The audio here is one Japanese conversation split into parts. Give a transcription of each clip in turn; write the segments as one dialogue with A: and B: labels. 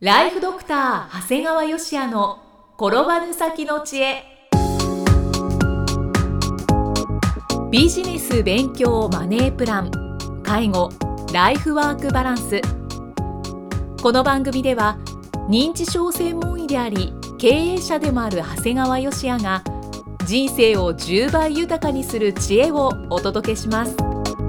A: ライフドクター長谷川芳也の転ばぬ先の知恵。ビジネス勉強マネープラン、介護、ライフワークバランス。この番組では認知症専門医であり経営者でもある長谷川芳也が人生を10倍豊かにする知恵をお届けします。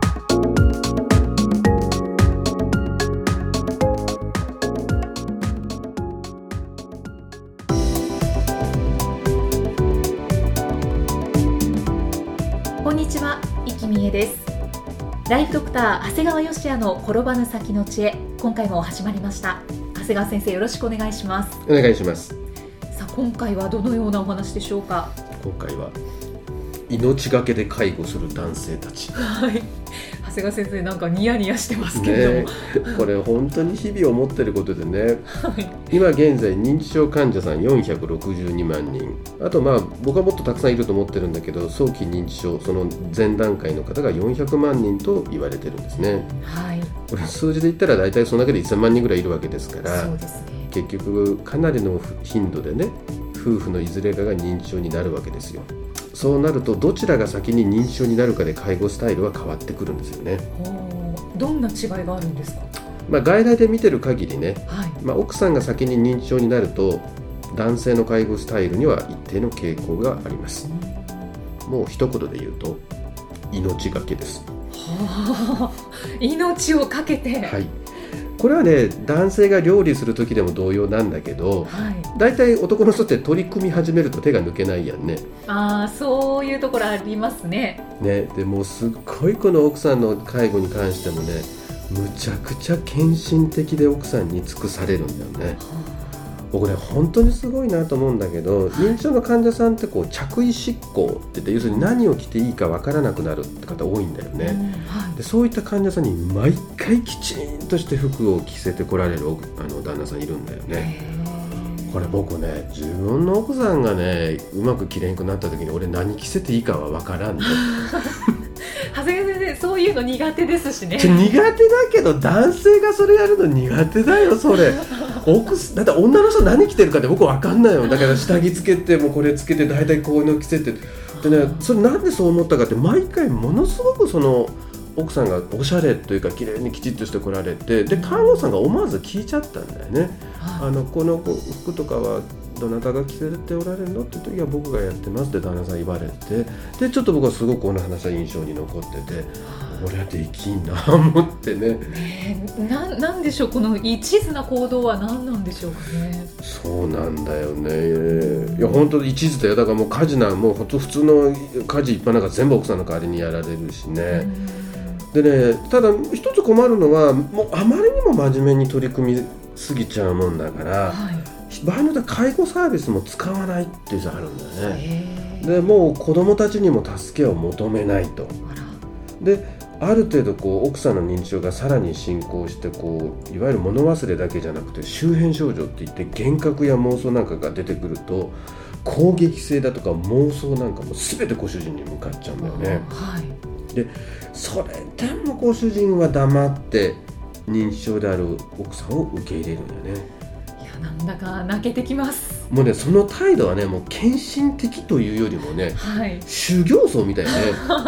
A: こんにちは、生きみえです。ライフドクター長谷川芳也の転ばぬ先の知恵、今回も始まりました。長谷川先生、よろしくお願いします。
B: お願いします。
A: さあ、今回はどのようなお話でしょうか。
B: 今回は命がけで介護する男性たち。
A: はい、長谷川先生、なんかニヤニヤしてますけれども、
B: これ本当に日々思ってることでね、
A: はい、
B: 今現在認知症患者さん462万人、あと僕はもっとたくさんいると思ってるんだけど、早期認知症その前段階の方が400万人と言われてるんですね。
A: はい、
B: これ数字で言ったら大体そのだけで1000万人ぐらいいるわけですから、
A: そうですね、
B: 結局かなりの頻度でね、夫婦のいずれかが認知症になるわけですよ。そうなるとどちらが先に認知症になるかで介護スタイルは変わってくるんですよね。
A: どんな違いがあるんですか。
B: 外来で見てる限りね、
A: はい、
B: 奥さんが先に認知症になると男性の介護スタイルには一定の傾向があります。もう一言で言うと命がけです。
A: 命をかけて、
B: はい、これはね、男性が料理する時でも同様なんだけど、
A: はい、
B: だいたい男の人って取り組み始めると手が抜けないやんね。
A: そういうところありますね。
B: でもすっごいこの奥さんの介護に関してもね、むちゃくちゃ献身的で奥さんに尽くされるんだよね。僕ね、本当にすごいなと思うんだけど、認知症の患者さんって着衣執行って言って、要するに何を着ていいかわからなくなるって方多いんだよね。でそういった患者さんに毎回きちんとして服を着せてこられる旦那さんいるんだよね。これ僕ね、自分の奥さんがねうまく着れんくなった時に俺何着せていいかはわからんね。
A: 長谷川先生、そういうの苦手ですしね。
B: 苦手だけど男性がそれやるの苦手だよ、それ。だって女の人何着てるかって僕分かんないよ。だから下着つけてもこれつけて大体こういうの着せてでね、それなんでそう思ったかって、毎回ものすごくその奥さんがおしゃれというか綺麗にきちっとしてこられて、で看護師さんが思わず聞いちゃったんだよね。この服とかはどなたが着せておられるのって言って、いや僕がやってますって旦那さん言われて、でちょっと僕はすごくこの話は印象に残ってて、俺はできんなと思ってね。
A: なんでしょう、この一途な行動は何なんでしょうかね。
B: そうなんだよね。いや本当に一途だよ。だからもう家事なんもう普通の家事一般なんか全部奥さんの代わりにやられるしね。でね、ただ一つ困るのは、もうあまりにも真面目に取り組みすぎちゃうもんだから、はい、場合によっては介護サービスも使わないっていうのがあるんだよね。でもう子供たちにも助けを求めないと。である程度奥さんの認知症がさらに進行していわゆる物忘れだけじゃなくて周辺症状っていって、幻覚や妄想なんかが出てくると攻撃性だとか妄想なんかも全てご主人に向かっちゃうんだよね。でそれでもご主人は黙って認知症である奥さんを受け入れるんだよね。
A: いや、なんだか泣けてきます。
B: もうね、その態度はね、もう献身的というよりもね、修行僧みたいね。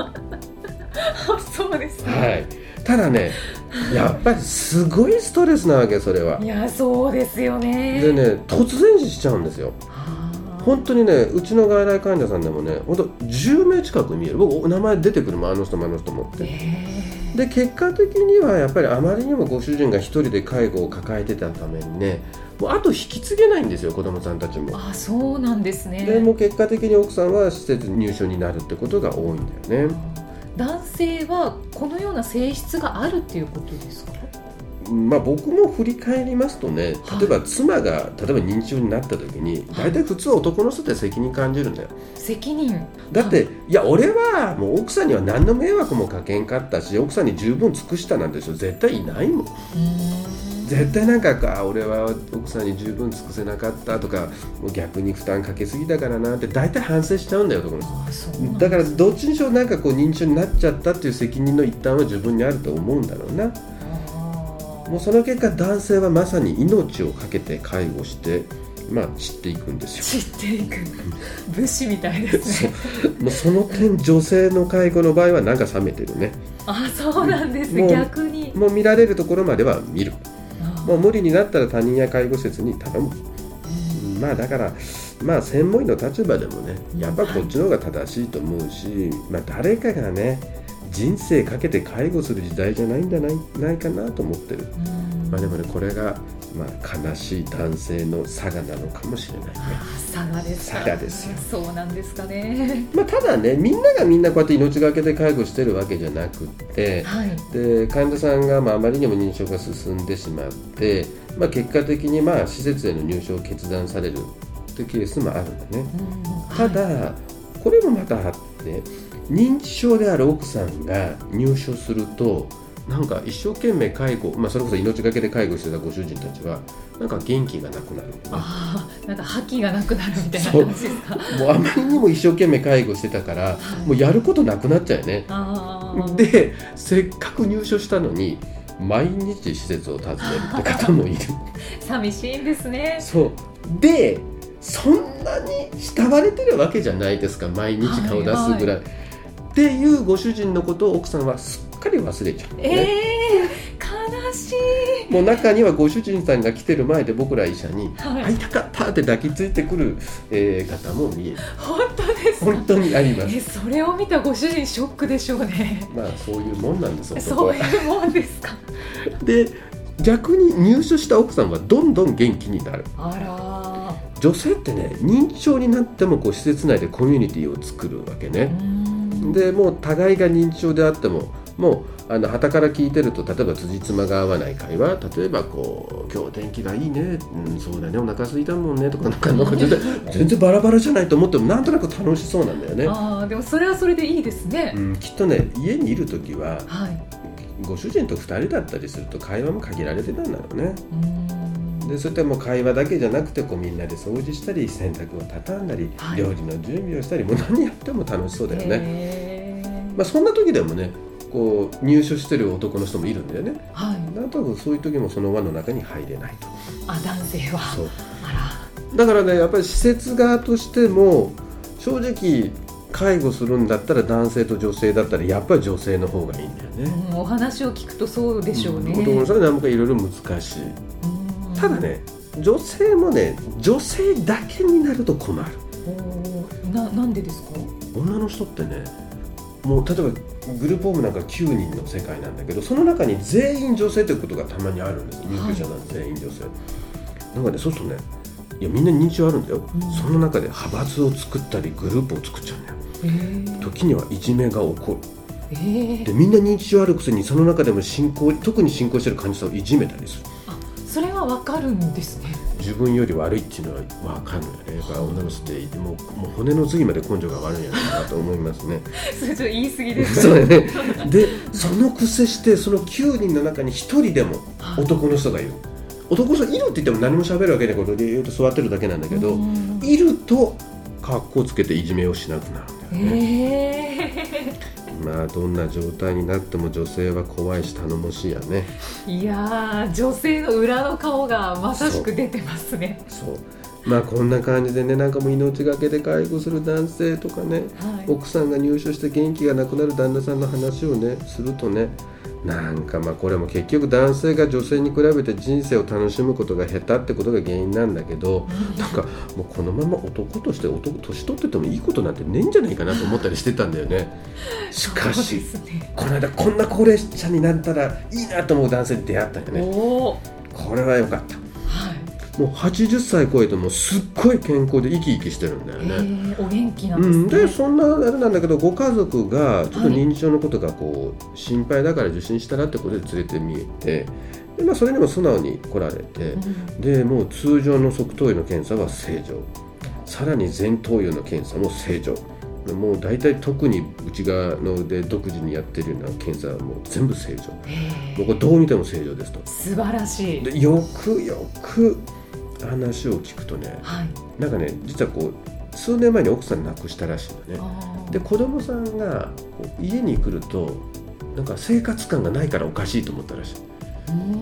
A: そうですね。
B: はい。ただね、やっぱりすごいストレスなわけ、それは。
A: いや、そうですよね。
B: でね、突然死しちゃうんですよ。本当にね、うちの外来患者さんでもね、本当10名近く見える。僕名前出てくるもん、あの人もあの人もって。で結果的にはやっぱりあまりにもご主人が一人で介護を抱えてたためにね、もうあと引き継げないんですよ、子供さんたちも。
A: そうなんですね。
B: でもう結果的に奥さんは施設入所になるってことが多いんだよね。
A: 男性はこのような性質があるっていうことですか。
B: 僕も振り返りますとね、例えば妻が例えば認知症になった時に、大体普通は男の人って責任感じるんだよ。責任だって、いや俺はもう奥さんには何の迷惑もかけんかったし、奥さんに十分尽くしたなんて人絶対いないもん。絶対なんか俺は奥さんに十分尽くせなかったとか、もう逆に負担かけすぎたからなって大体反省しちゃうんだよ、男の人。だからどっちにしろ認知症になっちゃったっていう責任の一端は自分にあると思うんだろうな。 もうその結果男性はまさに命を懸けて介護して散っていくんですよ。
A: 散っていく武士みたいですね。
B: もうその点女性の介護の場合はなんか冷めてるね。
A: そうなんですね。逆に
B: もう見られるところまでは見る。もう無理になったら他人や介護施設に頼む。だから専門医の立場でもね、やっぱこっちの方が正しいと思うし、誰かがね人生かけて介護する時代じゃないんじゃないかなと思ってる。でもね、これが悲しい男性の差がなのかもしれないね。
A: 差がですか。
B: 差がですよ。
A: そうなんですかね。
B: ただね、みんながみんなこうやって命がけで介護してるわけじゃなくって、で患者さんがあまりにも認知症が進んでしまって、結果的に施設への入所を決断されるってケースもあるんだね。ただこれもまたあって、認知症である奥さんが入所するとなんか一生懸命介護、それこそ命がけで介護してたご主人たちはなんか元気がなくなる、
A: なんか覇気がなくなるみたいな感じですか。
B: もうあまりにも一生懸命介護してたから、もうやることなくなっちゃうよね。でせっかく入所したのに毎日施設を訪ねるって方もいる。
A: 寂しいんですね。
B: そうで、そんなに慕われてるわけじゃないですか、毎日顔出すぐらい、っていうご主人のことを奥さんはすっかり忘れちゃう、ね。
A: 悲しい。
B: もう中にはご主人さんが来てる前で僕ら医者に会いたかったって抱きついてくる、方も見える。
A: 本当ですか。
B: 本当にあります。
A: それを見たご主人ショックでしょうね。
B: そういうもんなんですよ。
A: そういうもんですか。
B: で逆に入所した奥さんはどんどん元気になる。女性ってね、認知症になっても施設内でコミュニティを作るわけね。でもう互いが認知症であっても、もう傍から聞いてると、例えば辻褄が合わない会話、例えば今日天気がいいね、そうだね、お腹空いたもんねとか、なんか全然バラバラじゃないと思ってもなんとなく楽しそうなんだよね。
A: でもそれはそれでいいですね。
B: きっとね、家にいるときは、ご主人と2人だったりすると会話も限られてたんだろうね。でそういったもう会話だけじゃなくて、みんなで掃除したり洗濯を畳んだり、料理の準備をしたり、もう何やっても楽しそうだよね。そんな時でもね、入所してる男の人もいるんだよね。なんとなくそういう時もその輪の中に入れないと。
A: 男性は。そう。
B: だからね、やっぱり施設側としても正直介護するんだったら男性と女性だったらやっぱり女性の方がいいんだよね。
A: お話を聞くとそうでしょうね。
B: 男の人はなんかいろいろ難しい。ただね、女性もね、女性だけになると困る。
A: なんでですか？
B: 女の人ってね、もう例えばグループホームなんか9人の世界なんだけど、その中に全員女性ということがたまにあるんです。入居者なんで全員女性。なんかね、そうするとね、いやみんな認知症あるんだよ。その中で派閥を作ったりグループを作っちゃうんだよ。時にはいじめが起こる。でみんな認知症あるくせに、その中でも特に進行している患者さんをいじめたりする。
A: それは分かるんですね。
B: 自分より悪いっていうのは分かるのよね。やっぱ女の人ってもう骨の次まで根性が悪いんやなと思いますね。
A: それちょっと言い過ぎです
B: そうね。でその癖して、その9人の中に1人でも男の人がいる。男の人いるって言っても何も喋るわけないことで座ってるだけなんだけど、いると格好つけていじめをしなくなるんだよね。どんな状態になっても女性は怖いし頼もしいやね。
A: いやー、女性の裏の顔がまさしく出てますね。
B: そうこんな感じでね、なんかもう命がけで介護する男性とかね、奥さんが入所して元気がなくなる旦那さんの話をねするとね、なんかこれも結局男性が女性に比べて人生を楽しむことが下手ってことが原因なんだけど、なんかもうこのまま男として年取っててもいいことなんてねえんじゃないかなと思ったりしてたんだよね。しかし、この間こんな高齢者になったらいいなと思う男性に出会ったんよね。これは良かった。もう80歳超えてもすっごい健康で生き生きしてるんだよね。
A: お元気なんですね。
B: でそんなあれなんだけど、ご家族がちょっと認知症のことが心配だから受診したらってことで連れてみえて、でそれにも素直に来られて、でもう通常の側頭葉の検査は正常、さらに前頭葉の検査も正常、もう大体特に内側ので独自にやってるような検査はもう全部正常。もうこれどう見ても正常ですと。
A: 素晴らしい。
B: でよく話を聞くとね、なんかね、実は数年前に奥さん亡くしたらしいのね。で子供さんが家に来るとなんか生活感がないからおかしいと思ったらしい。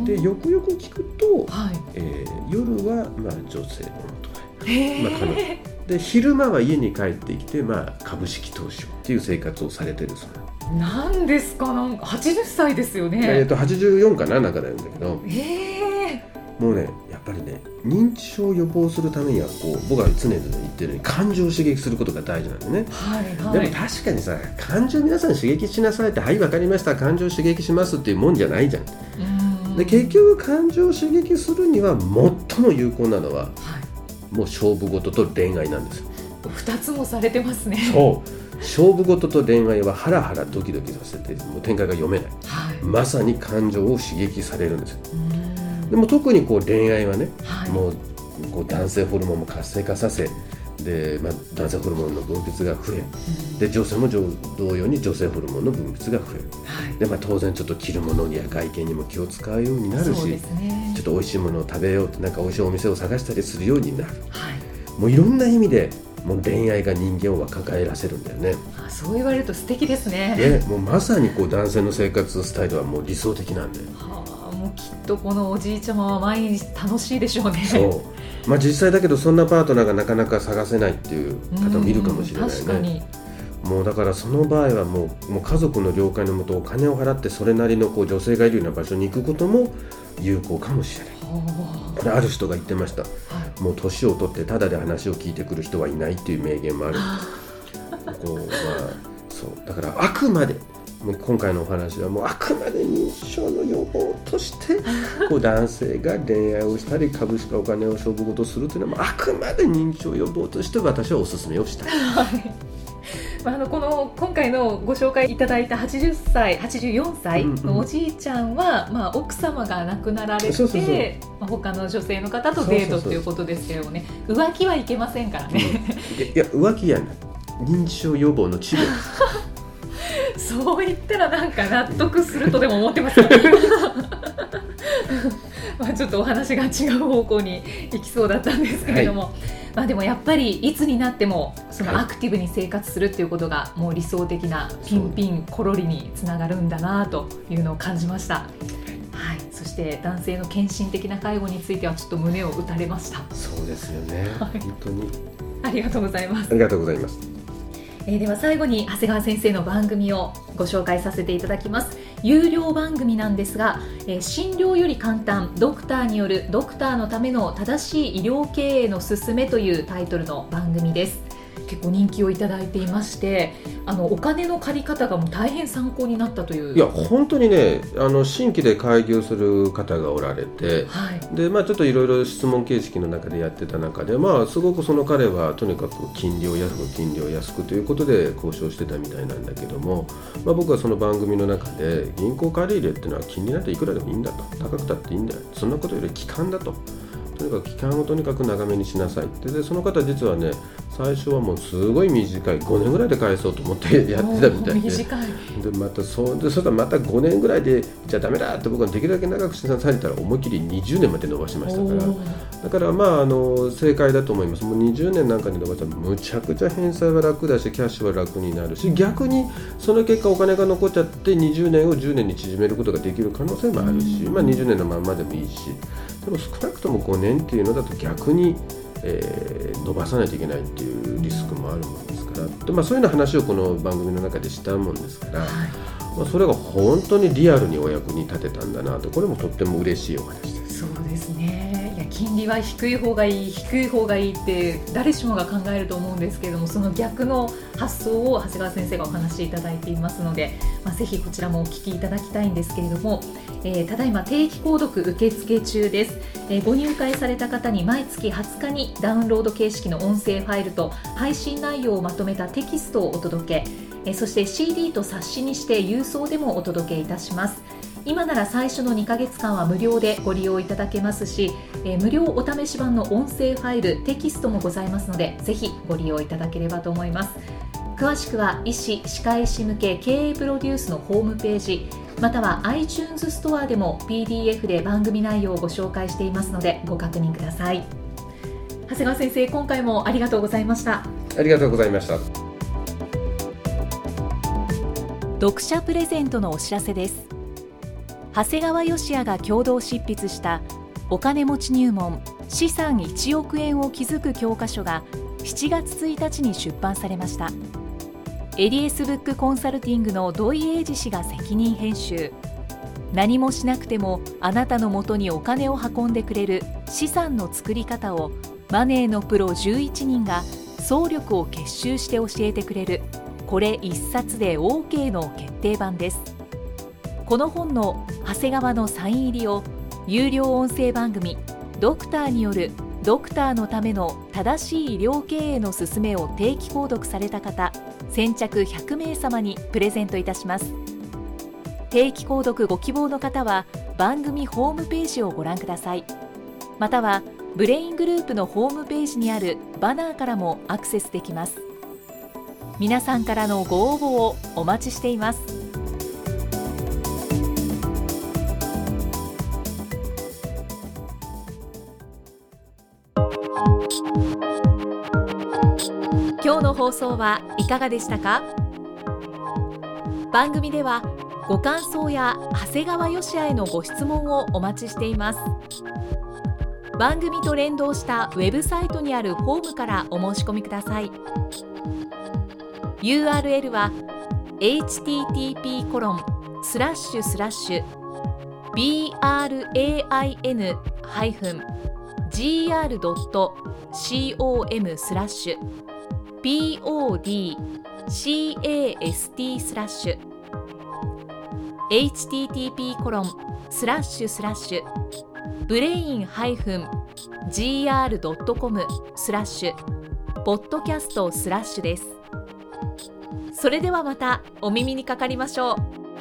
B: でよくよく聞くと、
A: はい、
B: 夜は女性ものとか、彼女で昼間は家に帰ってきて、株式投資をっていう生活をされてるそう
A: なんですか。なんか80歳ですよね。
B: 84かな、なんかなんだけど、もうね、やっぱりね、認知症を予防するためには僕は常々言ってるように感情を刺激することが大事なんでね、でも確かにさ、感情皆さん刺激しなさいって、はい、分かりました、感情を刺激しますっていうもんじゃないじゃん。で結局感情を刺激するには最も有効なのは、もう勝負事と恋愛なんですよ。
A: 2つもされてますね。
B: そう勝負事と恋愛はハラハラドキドキさせて、もう展開が読めない、まさに感情を刺激されるんですよ。でも特に恋愛はね、もう男性ホルモンも活性化させで、男性ホルモンの分泌が増え、で女性も同様に女性ホルモンの分泌が増え、で当然ちょっと着るものや外見にも気を使うようになるし、ちょっと美味しいものを食べようとなんか美味しいお店を探したりするようになる、もういろんな意味でもう恋愛が人間を若返らせるんだよね。
A: そう言われると素敵ですね。
B: もうまさに男性の生活スタイルはもう理想的なんで、
A: もうきっとこのおじいちゃまは毎日楽しいでしょうね。
B: そう、実際だけどそんなパートナーがなかなか探せないっていう方もいるかもしれないね。
A: 確かに。
B: もうだからその場合はもう家族の了解のもとお金を払ってそれなりの女性がいるような場所に行くことも有効かもしれない。これある人が言ってました、もう年を取ってただで話を聞いてくる人はいないっていう名言もあるんですそうだからあくまでもう今回のお話はもうあくまで認知症の予防として男性が恋愛をしたり株式お金を勝負事をするというのはあくまで認知症予防として私はお勧めをしたい。
A: 今回のご紹介いただいた84歳のおじいちゃんは、奥様が亡くなられて、他の女性の方とデートということですけどもね、浮気はいけませんからね。
B: いや浮気やない、認知症予防の治療
A: そう言ったらなんか納得するとでも思ってますからちょっとお話が違う方向に行きそうだったんですけれども、でもやっぱりいつになってもそのアクティブに生活するっていうことがもう理想的なピンピンコロリにつながるんだなというのを感じました。そして男性の献身的な介護についてはちょっと胸を打たれました。
B: そうですよね、本当に
A: ありがとうございます。
B: ありがとうございます。
A: では最後に長谷川先生の番組をご紹介させていただきます。有料番組なんですが、診療より簡単ドクターによるドクターのための正しい医療経営の勧めというタイトルの番組です。結構人気をいただいていまして、お金の借り方がもう大変参考になったという。
B: いや本当にね、新規で開業する方がおられて、でちょっといろいろ質問形式の中でやってた中で、すごくその彼はとにかく金利を安くということで交渉してたみたいなんだけども、僕はその番組の中で銀行借り入れっていうのは金利なんていくらでもいいんだと、高くたっていいんだよ、そんなことより期間だと、とにかく期間をとにかく長めにしなさいって。でその方実はね、最初はもうすごい短い5年ぐらいで返そうと思ってやってたみたいで、
A: 短い
B: でまたそしたらまた5年ぐらいでじゃあダメだって僕はできるだけ長くしなさいって言ったら思いっきり20年まで伸ばしましたから、だから正解だと思います。もう20年なんかに伸ばしたらむちゃくちゃ返済は楽だしキャッシュは楽になるし、逆にその結果お金が残っちゃって20年を10年に縮めることができる可能性もあるし、20年のまんまでもいいし、でも少なくとも5年っていうのだと逆に伸ばさないといけないっていうリスクもあるもんですから、でそういうような話をこの番組の中でしたもんですから、それが本当にリアルにお役に立てたんだなと、これもとっても嬉しいお話です。
A: そうですね。いや金利は低い方がいいって誰しもが考えると思うんですけれども、その逆の発想を長谷川先生がお話しいただいていますので、ぜひこちらもお聞きいただきたいんですけれども、ただいま定期購読受付中です。ご入会された方に毎月20日にダウンロード形式の音声ファイルと配信内容をまとめたテキストをお届け、そして CD と冊子にして郵送でもお届けいたします。今なら最初の2ヶ月間は無料でご利用いただけますし、無料お試し版の音声ファイル、テキストもございますので、ぜひご利用いただければと思います。詳しくは医師・歯科医師向け経営プロデュースのホームページ、または iTunes ストアでも PDF で番組内容をご紹介していますのでご確認ください。長谷川先生、今回もありがとうございました。
B: ありがとうございました。
A: 読者プレゼントのお知らせです。 長谷川芳也が共同執筆したお金持ち入門資産1億円を築く教科書が7月1日に出版されました。エリエスブックコンサルティングの土井英二氏が責任編集。何もしなくてもあなたのもとにお金を運んでくれる資産の作り方をマネーのプロ11人が総力を結集して教えてくれる、これ一冊で OK の決定版です。この本の長谷川のサイン入りを有料音声番組ドクターによるドクターのための正しい医療経営の勧めを定期購読された方先着100名様にプレゼントいたします。定期購読ご希望の方は番組ホームページをご覧ください。またはブレイングループのホームページにあるバナーからもアクセスできます。皆さんからのご応募をお待ちしています。今日の放送はいかがでしたか？番組ではご感想や長谷川芳也へのご質問をお待ちしています。番組と連動したウェブサイトにあるフォームからお申し込みください。URL は brain-brain-brain-gr.com/brain-gr.com/podcast/ です。それではまたお耳にかかりましょう。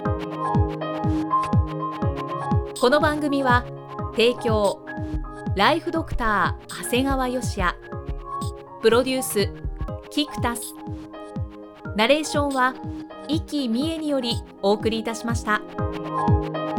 A: この番組は提供ライフドクター長谷川芳也、プロデュースキクタス、ナレーションは生きみえによりお送りいたしました。